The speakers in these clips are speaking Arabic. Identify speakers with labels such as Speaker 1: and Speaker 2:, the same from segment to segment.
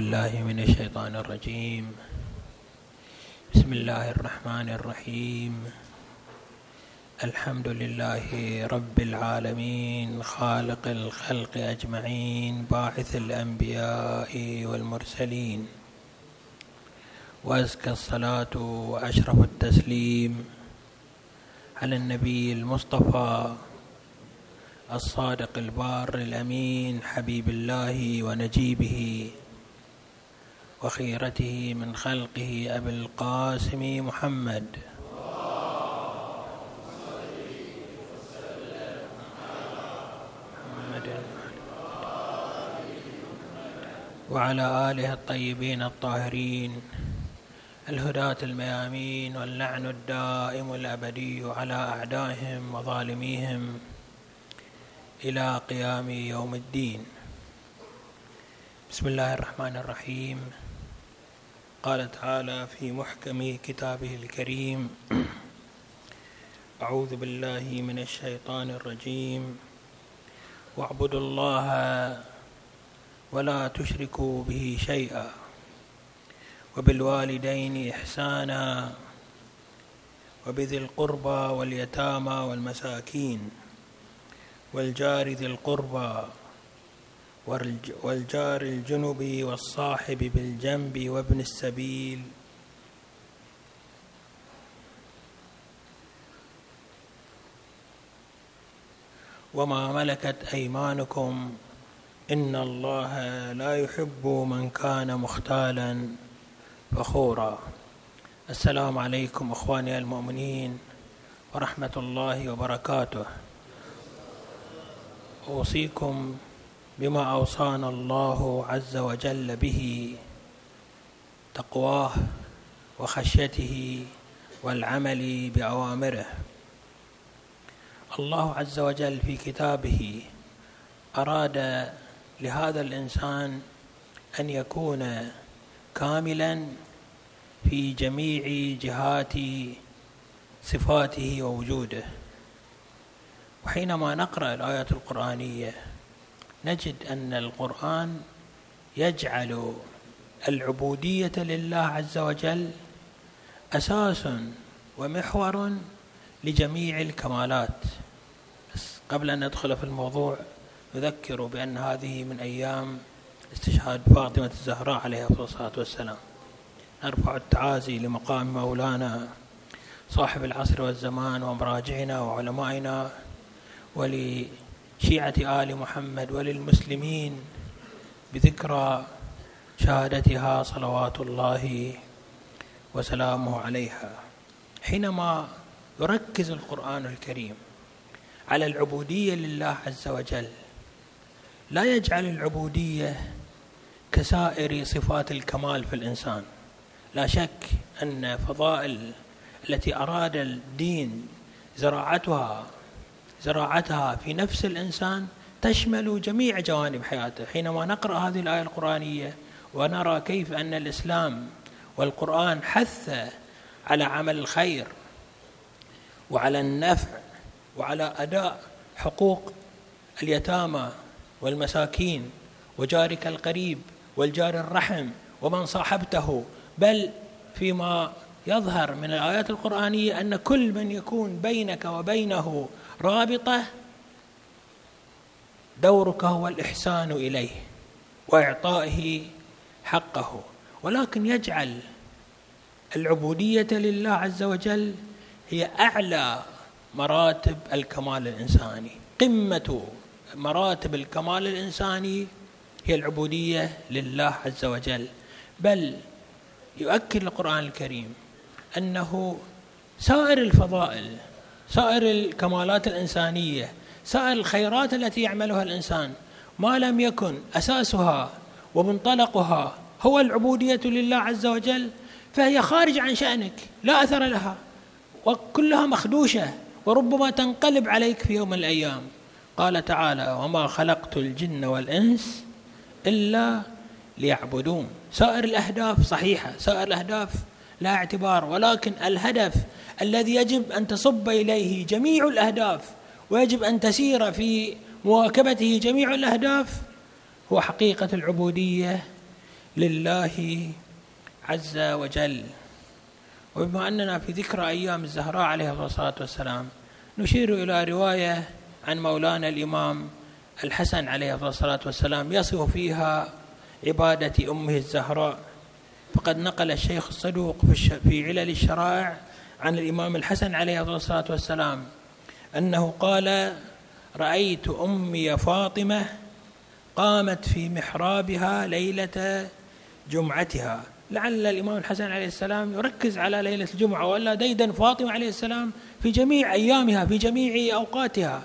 Speaker 1: بالله من الشيطان الرجيم. بسم الله الرحمن الرحيم. الحمد لله رب العالمين، خالق الخلق أجمعين، باعث الأنبياء والمرسلين، وأزكى الصلاة وأشرف التسليم على النبي المصطفى الصادق البار الأمين، حبيب الله ونجيبه وخيرته من خلقه أبي القاسم محمد وعلى آله الطيبين الطاهرين الهداة الميامين، واللعن الدائم الأبدي على أعدائهم وظالميهم إلى قيام يوم الدين. بسم الله الرحمن الرحيم. قال تعالى في محكم كتابه الكريم: أعوذ بالله من الشيطان الرجيم، واعبدوا الله ولا تشركوا به شيئا وبالوالدين إحسانا وبذي القربى واليتامى والمساكين والجار ذي القربى والجار الجنب والصاحب بالجنب وابن السبيل وما ملكت أيمانكم إن الله لا يحب من كان مختالا فخورا. السلام عليكم أخواني المؤمنين ورحمة الله وبركاته. أوصيكم بما أوصانا الله عز وجل به، تقواه وخشيته والعمل بأوامره. الله عز وجل في كتابه أراد لهذا الإنسان أن يكون كاملا في جميع جهات صفاته ووجوده. وحينما نقرأ الآيات القرآنية نجد أن القرآن يجعل العبودية لله عز وجل أساس ومحور لجميع الكمالات. بس قبل أن ندخل في الموضوع نذكر بأن هذه من أيام استشهاد فاطمة الزهراء عليها الصلاة والسلام. نرفع التعازي لمقام مولانا صاحب العصر والزمان ومراجعنا وعلمائنا ولشيعة آل محمد وللمسلمين بذكرى شهادتها صلوات الله وسلامه عليها. حينما يركز القرآن الكريم على العبودية لله عز وجل لا يجعل العبودية كسائر صفات الكمال في الإنسان. لا شك أن فضائل التي أراد الدين زراعتها في نفس الإنسان تشمل جميع جوانب حياته. حينما نقرأ هذه الآية القرآنية ونرى كيف أن الإسلام والقرآن حث على عمل الخير وعلى النفع وعلى أداء حقوق اليتامى والمساكين وجارك القريب والجار الرحم ومن صاحبته، بل فيما يظهر من الآيات القرآنية أن كل من يكون بينك وبينه رابطة دورك هو الإحسان إليه وإعطائه حقه. ولكن يجعل العبودية لله عز وجل هي أعلى مراتب الكمال الإنساني. قمة مراتب الكمال الإنساني هي العبودية لله عز وجل. بل يؤكد القرآن الكريم أنه سائر الفضائل، سائر الكمالات الإنسانية، سائر الخيرات التي يعملها الإنسان ما لم يكن أساسها ومنطلقها هو العبودية لله عز وجل فهي خارج عن شأنك، لا أثر لها، وكلها مخدوشة، وربما تنقلب عليك في يوم من الأيام. قال تعالى: وما خلقت الجن والإنس إلا ليعبدون. سائر الأهداف صحيحة، سائر الأهداف لا اعتبار، ولكن الهدف الذي يجب أن تصب إليه جميع الأهداف ويجب أن تسير في مواكبته جميع الأهداف هو حقيقة العبودية لله عز وجل. وبما أننا في ذكرى أيام الزهراء عليه الصلاة والسلام، نشير إلى رواية عن مولانا الإمام الحسن عليه الصلاة والسلام يصف فيها عبادة أمه الزهراء. فقد نقل الشيخ الصدوق في علل الشرائع عن الإمام الحسن عليه الصلاة والسلام أنه قال: رأيت أمي فاطمة قامت في محرابها ليلة جمعتها. لعل الإمام الحسن عليه السلام يركز على ليلة الجمعة، ولا ديدن فاطمة عليه السلام في جميع أيامها في جميع أوقاتها.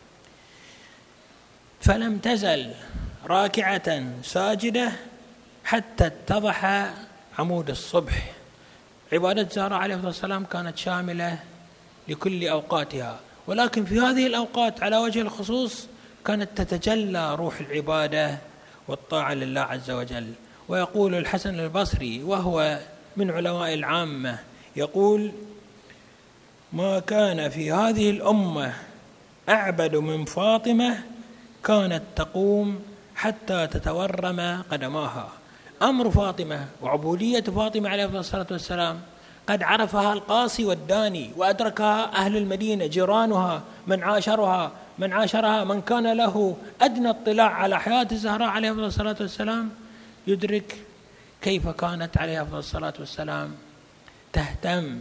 Speaker 1: فلم تزل راكعة ساجدة حتى اتضح عمود الصبح. عبادة زهراء عليه الصلاة والسلام كانت شاملة لكل أوقاتها، ولكن في هذه الأوقات على وجه الخصوص كانت تتجلى روح العبادة والطاعة لله عز وجل. ويقول الحسن البصري وهو من علماء العامة، يقول: ما كان في هذه الأمة أعبد من فاطمة كانت تقوم حتى تتورم قدماها. أمر فاطمة وعبودية فاطمة عليه الصلاة والسلام قد عرفها القاصي والداني، وأدركها أهل المدينة جيرانها، من عاشرها من كان له أدنى اطلاع على حياة الزهراء عليه الصلاة والسلام يدرك كيف كانت عليه الصلاة والسلام تهتم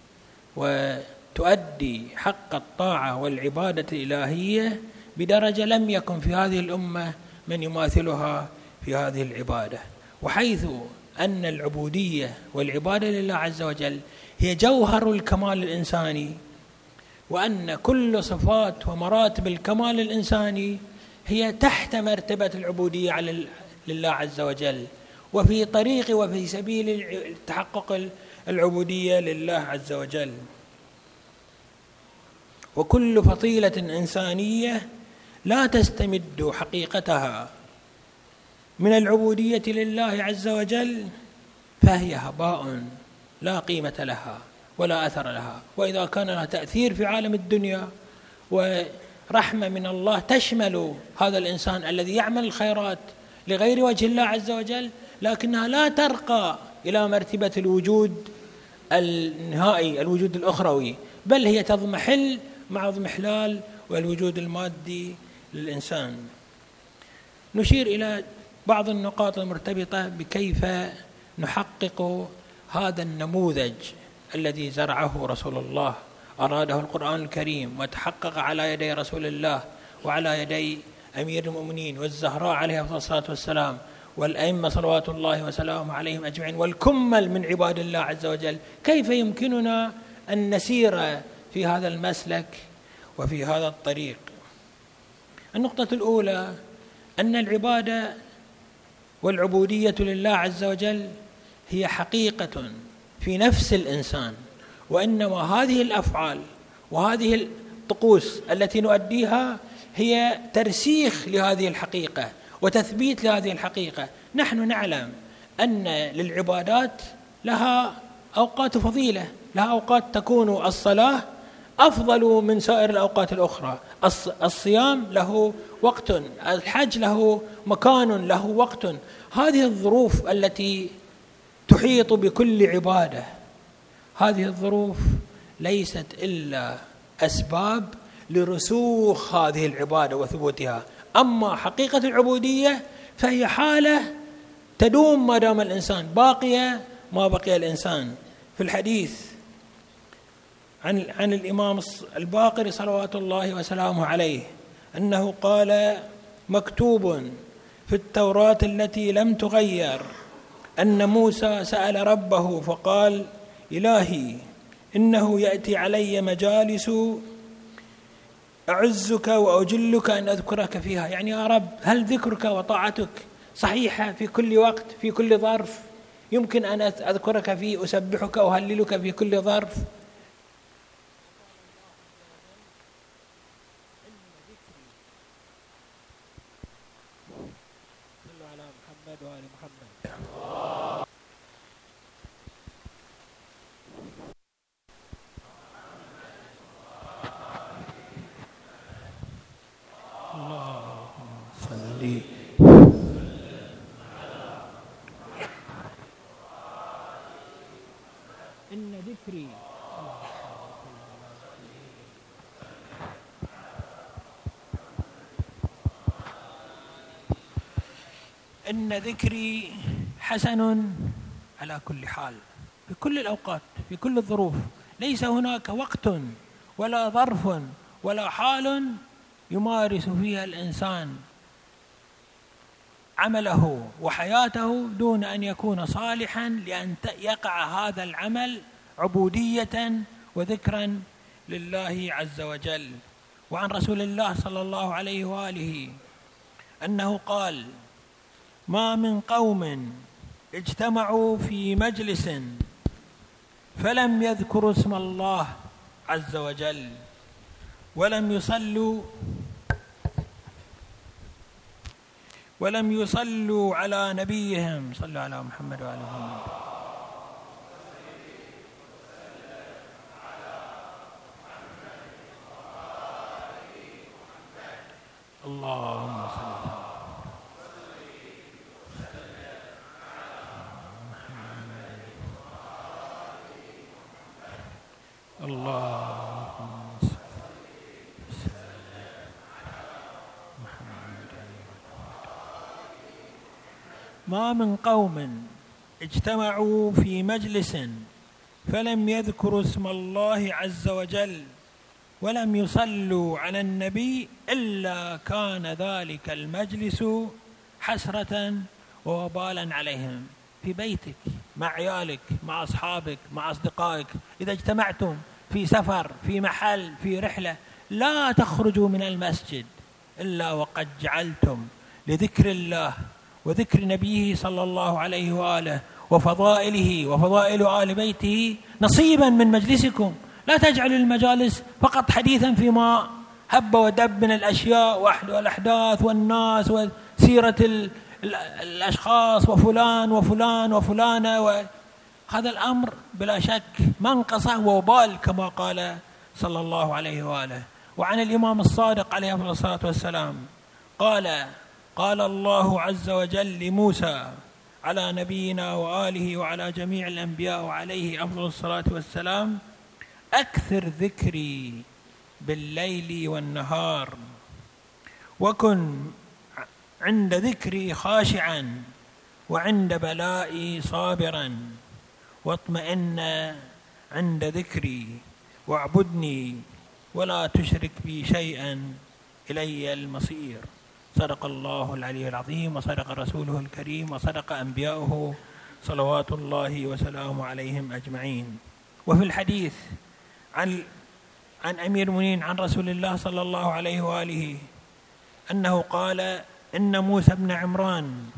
Speaker 1: وتؤدي حق الطاعة والعبادة الإلهية بدرجة لم يكن في هذه الأمة من يماثلها في هذه العبادة. وحيث أن العبودية والعبادة لله عز وجل هي جوهر الكمال الإنساني، وأن كل صفات ومراتب الكمال الإنساني هي تحت مرتبة العبودية لله عز وجل، وفي طريق وفي سبيل تحقق العبودية لله عز وجل. وكل فضيلة إنسانية لا تستمد حقيقتها من العبودية لله عز وجل فهي هباء لا قيمة لها ولا أثر لها. وإذا كان لها تأثير في عالم الدنيا ورحمة من الله تشمل هذا الإنسان الذي يعمل الخيرات لغير وجه الله عز وجل، لكنها لا ترقى إلى مرتبة الوجود النهائي، الوجود الأخروي، بل هي تضمحل مع اضمحلال والوجود المادي للإنسان. نشير إلى بعض النقاط المرتبطة بكيف نحقق هذا النموذج الذي زرعه رسول الله، أراده القرآن الكريم وتحقق على يدي رسول الله وعلى يدي أمير المؤمنين والزهراء عليه الصلاة والسلام والأئمة صلوات الله وسلامه عليهم أجمعين والكمل من عباد الله عز وجل. كيف يمكننا أن نسير في هذا المسلك وفي هذا الطريق؟ النقطة الأولى أن العبادة والعبودية لله عز وجل هي حقيقة في نفس الإنسان، وإنما هذه الأفعال وهذه الطقوس التي نؤديها هي ترسيخ لهذه الحقيقة وتثبيت لهذه الحقيقة. نحن نعلم أن للعبادات لها أوقات فضيلة، لها أوقات تكون الصلاة أفضل من سائر الأوقات الأخرى، الصيام له وقت، الحج له مكان، له وقت. هذه الظروف التي تحيط بكل عبادة، هذه الظروف ليست إلا أسباب لرسوخ هذه العبادة وثبوتها. أما حقيقة العبودية فهي حالة تدوم ما دام الإنسان باقية، ما بقي الإنسان. في الحديث عن الإمام الباقر صلوات الله وسلامه عليه أنه قال: مكتوب في التوراة التي لم تغير أن موسى سأل ربه فقال: إلهي إنه يأتي علي مجالس أعزك وأجلك أن أذكرك فيها. يعني يا رب، هل ذكرك وطاعتك صحيحة في كل وقت في كل ظرف يمكن أن أذكرك فيه، أسبحك وأهللك في كل ظرف؟ صلوا على محمد وآل محمد. اللهم صل إن ذكري حسن على كل حال، في كل الأوقات، في كل الظروف. ليس هناك وقت ولا ظرف ولا حال يمارس فيها الإنسان عمله وحياته دون أن يكون صالحا لأن يقع هذا العمل عبودية وذكرا لله عز وجل. وعن رسول الله صلى الله عليه وآله أنه قال: ما من قوم اجتمعوا في مجلس فلم يذكروا اسم الله عز وجل ولم يصلوا على نبيهم، صلوا على محمد وعلى محمد، اللهم صل على اللهم صل ما من قوم اجتمعوا في مجلس فلم يذكروا اسم الله عز وجل ولم يصلوا على النبي إلا كان ذلك المجلس حسرة ووبالا عليهم. في بيتك، مع عيالك، مع أصحابك، مع أصدقائك، إذا اجتمعتم في سفر، في محل، في رحلة، لا تخرجوا من المسجد إلا وقد جعلتم لذكر الله وذكر نبيه صلى الله عليه وآله وفضائله وفضائل آل بيته نصيبا من مجلسكم. لا تجعلوا المجالس فقط حديثا فيما هب ودب من الأشياء والأحداث والناس وسيرة الأشخاص وفلان وفلان وفلانة، هذا الأمر بلا شك منقصة ووبال كما قال صلى الله عليه وآله. وعن الإمام الصادق عليه الصلاة والسلام قال الله عز وجل لموسى على نبينا وآله وعلى جميع الأنبياء وعليه أفضل الصلاة والسلام: أكثر ذكري بالليل والنهار، وكن عند ذكري خاشعا وعند بلائي صابرا، واطمئن عند ذكري واعبدني ولا تشرك بي شيئا إلي المصير. صدق الله العلي العظيم، وصدق رسوله الكريم، وصدق أنبياؤه صلوات الله وسلامه عليهم أجمعين. وفي الحديث عن أمير المؤمنين عن رسول الله صلى الله عليه وآله أنه قال: إن موسى بن عمران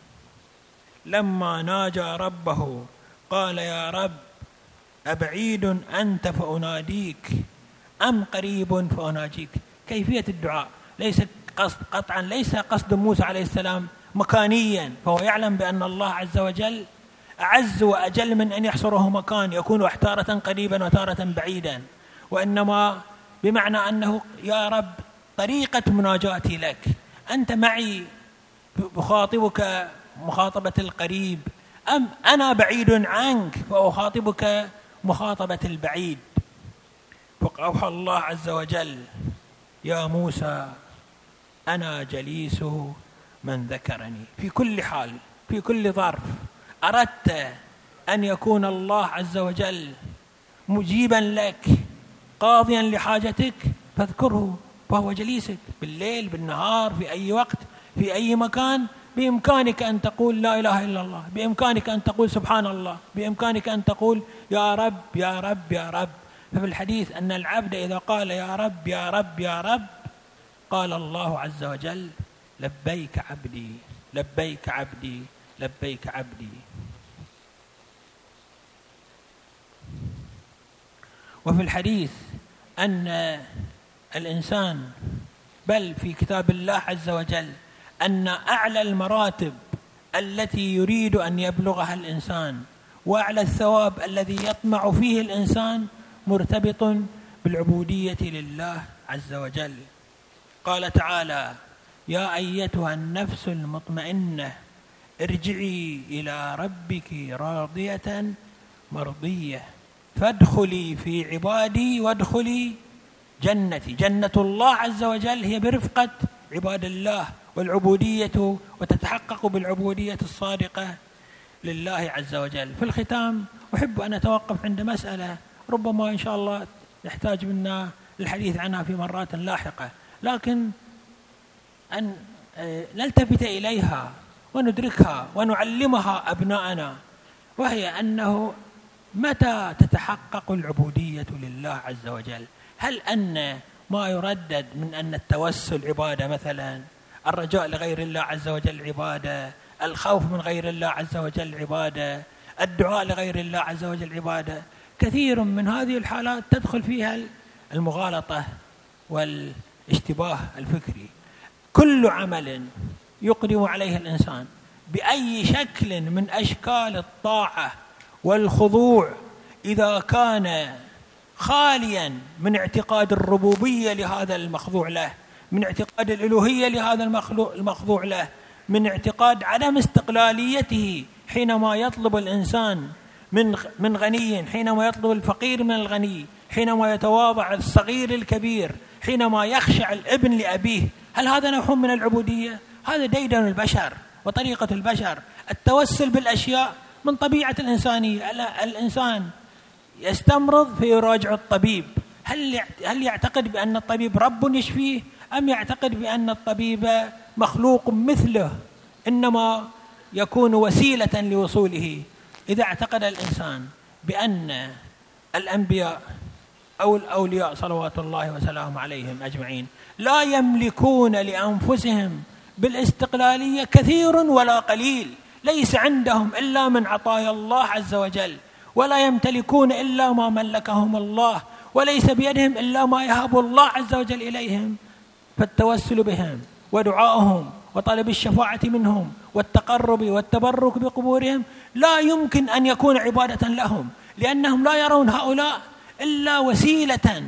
Speaker 1: لما ناجى ربه قال: يا رب، أبعيد أنت فأناديك أم قريب فأناجيك؟ كيفية الدعاء ليس قطعا ليس قصد موسى عليه السلام مكانيا، فهو يعلم بأن الله عز وجل أعز وأجل من أن يحصره مكان يكون تارة قريبا وتارة بعيدا، وإنما بمعنى أنه يا رب طريقة مناجاتي لك، أنت معي بخاطبك مخاطبة القريب، أم أنا بعيد عنك فأخاطبك مخاطبة البعيد. فأوحى الله عز وجل: يا موسى أنا جليس من ذكرني. في كل حال، في كل ظرف أردت أن يكون الله عز وجل مجيبا لك قاضيا لحاجتك فاذكره، فهو جليسك بالليل بالنهار في أي وقت في أي مكان. بإمكانك أن تقول لا إله إلا الله، بإمكانك أن تقول سبحان الله، بإمكانك أن تقول يا رب يا رب يا رب. ففي الحديث أن العبد إذا قال يا رب يا رب يا رب قال الله عز وجل: لبيك عبدي لبيك عبدي لبيك عبدي. وفي الحديث أن الإنسان، بل في كتاب الله عز وجل، أن أعلى المراتب التي يريد أن يبلغها الإنسان وأعلى الثواب الذي يطمع فيه الإنسان مرتبط بالعبودية لله عز وجل. قال تعالى: يا أيتها النفس المطمئنة ارجعي إلى ربك راضية مرضية فادخلي في عبادي وادخلي جنتي. جنة الله عز وجل هي برفقة عباد الله والعبودية، وتتحقق بالعبودية الصادقة لله عز وجل. في الختام أحب أن أتوقف عند مسألة ربما إن شاء الله يحتاج منا الحديث عنها في مرات لاحقة، لكن أن نلتفت إليها وندركها ونعلمها أبناءنا، وهي أنه متى تتحقق العبودية لله عز وجل؟ هل أن ما يردد من أن التوسل عبادة مثلا، الرجاء لغير الله عز وجل عبادة، الخوف من غير الله عز وجل عبادة، الدعاء لغير الله عز وجل عبادة، كثير من هذه الحالات تدخل فيها المغالطة والاشتباه الفكري. كل عمل يقدم عليه الإنسان بأي شكل من أشكال الطاعة والخضوع إذا كان خاليا من اعتقاد الربوبية لهذا المخضوع له، من اعتقاد الألوهية لهذا المخضوع له، من اعتقاد عدم استقلاليته حينما يطلب الإنسان من غني، حينما يطلب الفقير من الغني، حينما يتواضع الصغير الكبير، حينما يخشع الابن لأبيه، هل هذا نوع من العبودية؟ هذا ديدن البشر وطريقة البشر. التوسل بالأشياء من طبيعة الإنسانية. الإنسان يستمرض فيراجع الطبيب، هل يعتقد بأن الطبيب رب يشفيه، أم يعتقد بأن الطبيب مخلوق مثله إنما يكون وسيلة لوصوله؟ إذا اعتقد الإنسان بأن الأنبياء أو الأولياء صلوات الله وسلامه عليهم أجمعين لا يملكون لأنفسهم بالاستقلالية كثير ولا قليل، ليس عندهم إلا من عطايا الله عز وجل، ولا يمتلكون إلا ما ملكهم الله، وليس بيدهم إلا ما يهب الله عز وجل إليهم، فالتوسل بهم ودعائهم وطلب الشفاعة منهم والتقرب والتبرك بقبورهم لا يمكن أن يكون عبادة لهم، لأنهم لا يرون هؤلاء إلا وسيلة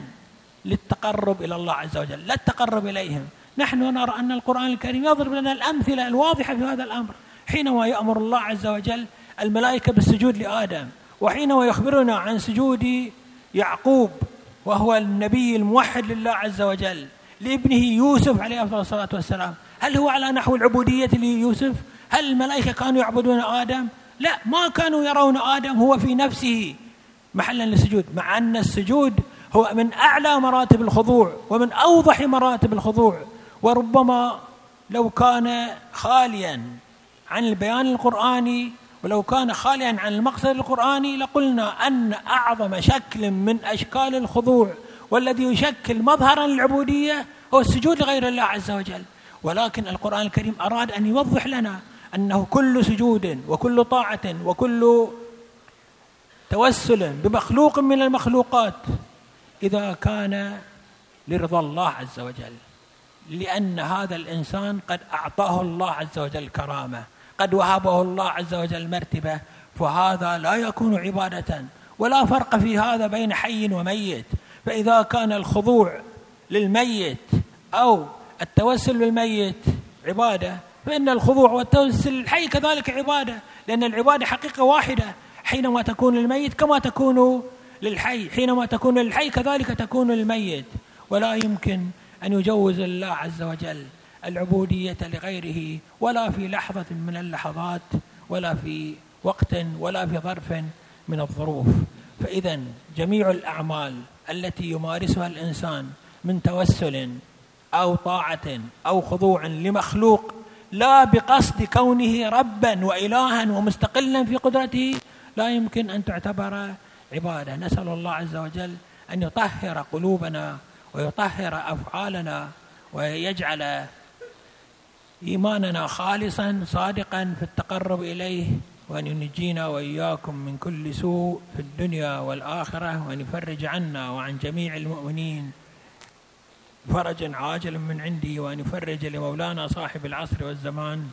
Speaker 1: للتقرب إلى الله عز وجل، لا التقرب إليهم. نحن نرى أن القرآن الكريم يضرب لنا الأمثلة الواضحة في هذا الأمر، حينما يأمر الله عز وجل الملائكة بالسجود لآدم، وحينما يخبرنا عن سجود يعقوب وهو النبي الموحد لله عز وجل لابنه يوسف عليه أفضل الصلاة والسلام، هل هو على نحو العبودية ليوسف؟ هل الملائكة كانوا يعبدون آدم؟ لا، ما كانوا يرون آدم هو في نفسه محلا للسجود، مع أن السجود هو من أعلى مراتب الخضوع ومن أوضح مراتب الخضوع، وربما لو كان خاليا عن البيان القرآني ولو كان خاليا عن المقصد القرآني لقلنا أن أعظم شكل من أشكال الخضوع والذي يشكل مظهرا للعبودية هو السجود لغير الله عز وجل. ولكن القرآن الكريم أراد أن يوضح لنا أنه كل سجود وكل طاعة وكل توسل بمخلوق من المخلوقات إذا كان لرضا الله عز وجل، لأن هذا الإنسان قد أعطاه الله عز وجل كرامة، قد وهبه الله عز وجل مرتبة، فهذا لا يكون عبادة، ولا فرق في هذا بين حي وميت. فإذا كان الخضوع للميت أو التوسل للميت عبادة، فإن الخضوع والتوسل للحي كذلك عبادة، لأن العبادة حقيقة واحدة، حينما تكون للميت كما تكون للحي، حينما تكون للحي كذلك تكون للميت. ولا يمكن أن يجوز الله عز وجل العبودية لغيره ولا في لحظة من اللحظات ولا في وقت ولا في ظرف من الظروف. فإذا جميع الأعمال التي يمارسها الإنسان من توسل أو طاعة أو خضوع لمخلوق لا بقصد كونه ربا وإلها ومستقلا في قدرته لا يمكن أن تعتبر عبادة. نسأل الله عز وجل أن يطهر قلوبنا ويطهر أفعالنا ويجعل إيماننا خالصا صادقا في التقرب إليه، وأن ينجينا وإياكم من كل سوء في الدنيا والآخرة، وأن يفرج عنا وعن جميع المؤمنين فرجا عاجلا من عندي، وأن يفرج لمولانا صاحب العصر والزمان،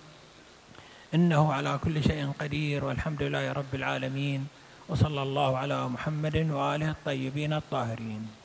Speaker 1: إنه على كل شيء قدير، والحمد لله رب العالمين، وصلى الله على محمد وآله الطيبين الطاهرين.